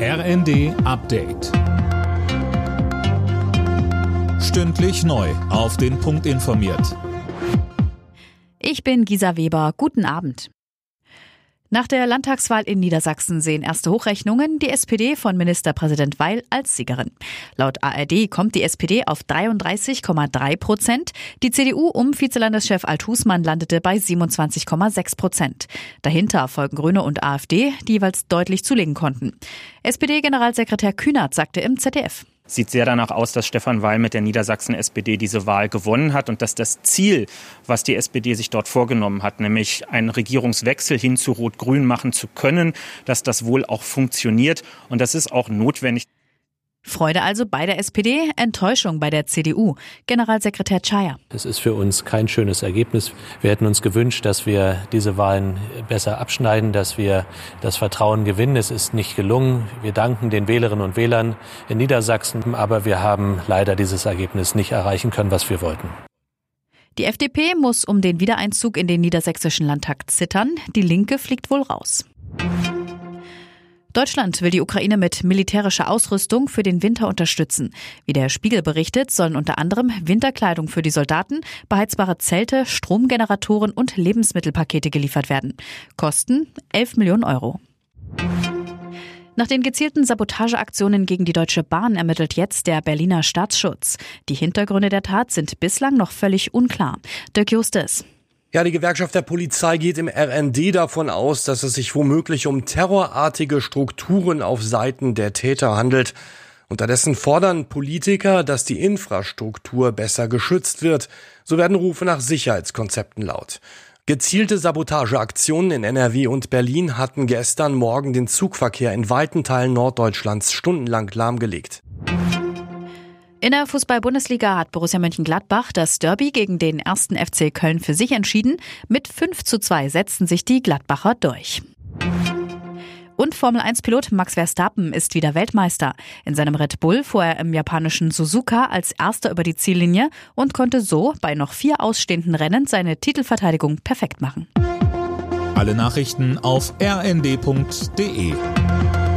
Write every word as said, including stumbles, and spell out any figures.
R N D Update. Stündlich neu auf den Punkt informiert. Ich bin Gisa Weber. Guten Abend. Nach der Landtagswahl in Niedersachsen sehen erste Hochrechnungen die S P D von Ministerpräsident Weil als Siegerin. Laut A R D kommt die S P D auf dreiunddreißig Komma drei Prozent. Die C D U um Vizelandeschef Alt-Husmann landete bei siebenundzwanzig Komma sechs Prozent. Dahinter folgen Grüne und A f D, die jeweils deutlich zulegen konnten. S P D-Generalsekretär Kühnert sagte im Z D F: Sieht sehr danach aus, dass Stefan Weil mit der Niedersachsen-S P D diese Wahl gewonnen hat und dass das Ziel, was die S P D sich dort vorgenommen hat, nämlich einen Regierungswechsel hin zu Rot-Grün machen zu können, dass das wohl auch funktioniert und das ist auch notwendig. Freude also bei der S P D, Enttäuschung bei der C D U. Generalsekretär Czaja: Es ist für uns kein schönes Ergebnis. Wir hätten uns gewünscht, dass wir diese Wahlen besser abschneiden, dass wir das Vertrauen gewinnen. Es ist nicht gelungen. Wir danken den Wählerinnen und Wählern in Niedersachsen, aber wir haben leider dieses Ergebnis nicht erreichen können, was wir wollten. Die F D P muss um den Wiedereinzug in den niedersächsischen Landtag zittern. Die Linke fliegt wohl raus. Deutschland will die Ukraine mit militärischer Ausrüstung für den Winter unterstützen. Wie der Spiegel berichtet, sollen unter anderem Winterkleidung für die Soldaten, beheizbare Zelte, Stromgeneratoren und Lebensmittelpakete geliefert werden. Kosten elf Millionen Euro. Nach den gezielten Sabotageaktionen gegen die Deutsche Bahn ermittelt jetzt der Berliner Staatsschutz. Die Hintergründe der Tat sind bislang noch völlig unklar. Dirk Justus: Ja, die Gewerkschaft der Polizei geht im R N D davon aus, dass es sich womöglich um terrorartige Strukturen auf Seiten der Täter handelt. Unterdessen fordern Politiker, dass die Infrastruktur besser geschützt wird. So werden Rufe nach Sicherheitskonzepten laut. Gezielte Sabotageaktionen in N R W und Berlin hatten gestern Morgen den Zugverkehr in weiten Teilen Norddeutschlands stundenlang lahmgelegt. In der Fußball-Bundesliga hat Borussia Mönchengladbach das Derby gegen den ersten F C Köln für sich entschieden. Mit fünf zu zwei setzten sich die Gladbacher durch. Und Formel eins Pilot Max Verstappen ist wieder Weltmeister. In seinem Red Bull fuhr er im japanischen Suzuka als Erster über die Ziellinie und konnte so bei noch vier ausstehenden Rennen seine Titelverteidigung perfekt machen. Alle Nachrichten auf r n d punkt d e.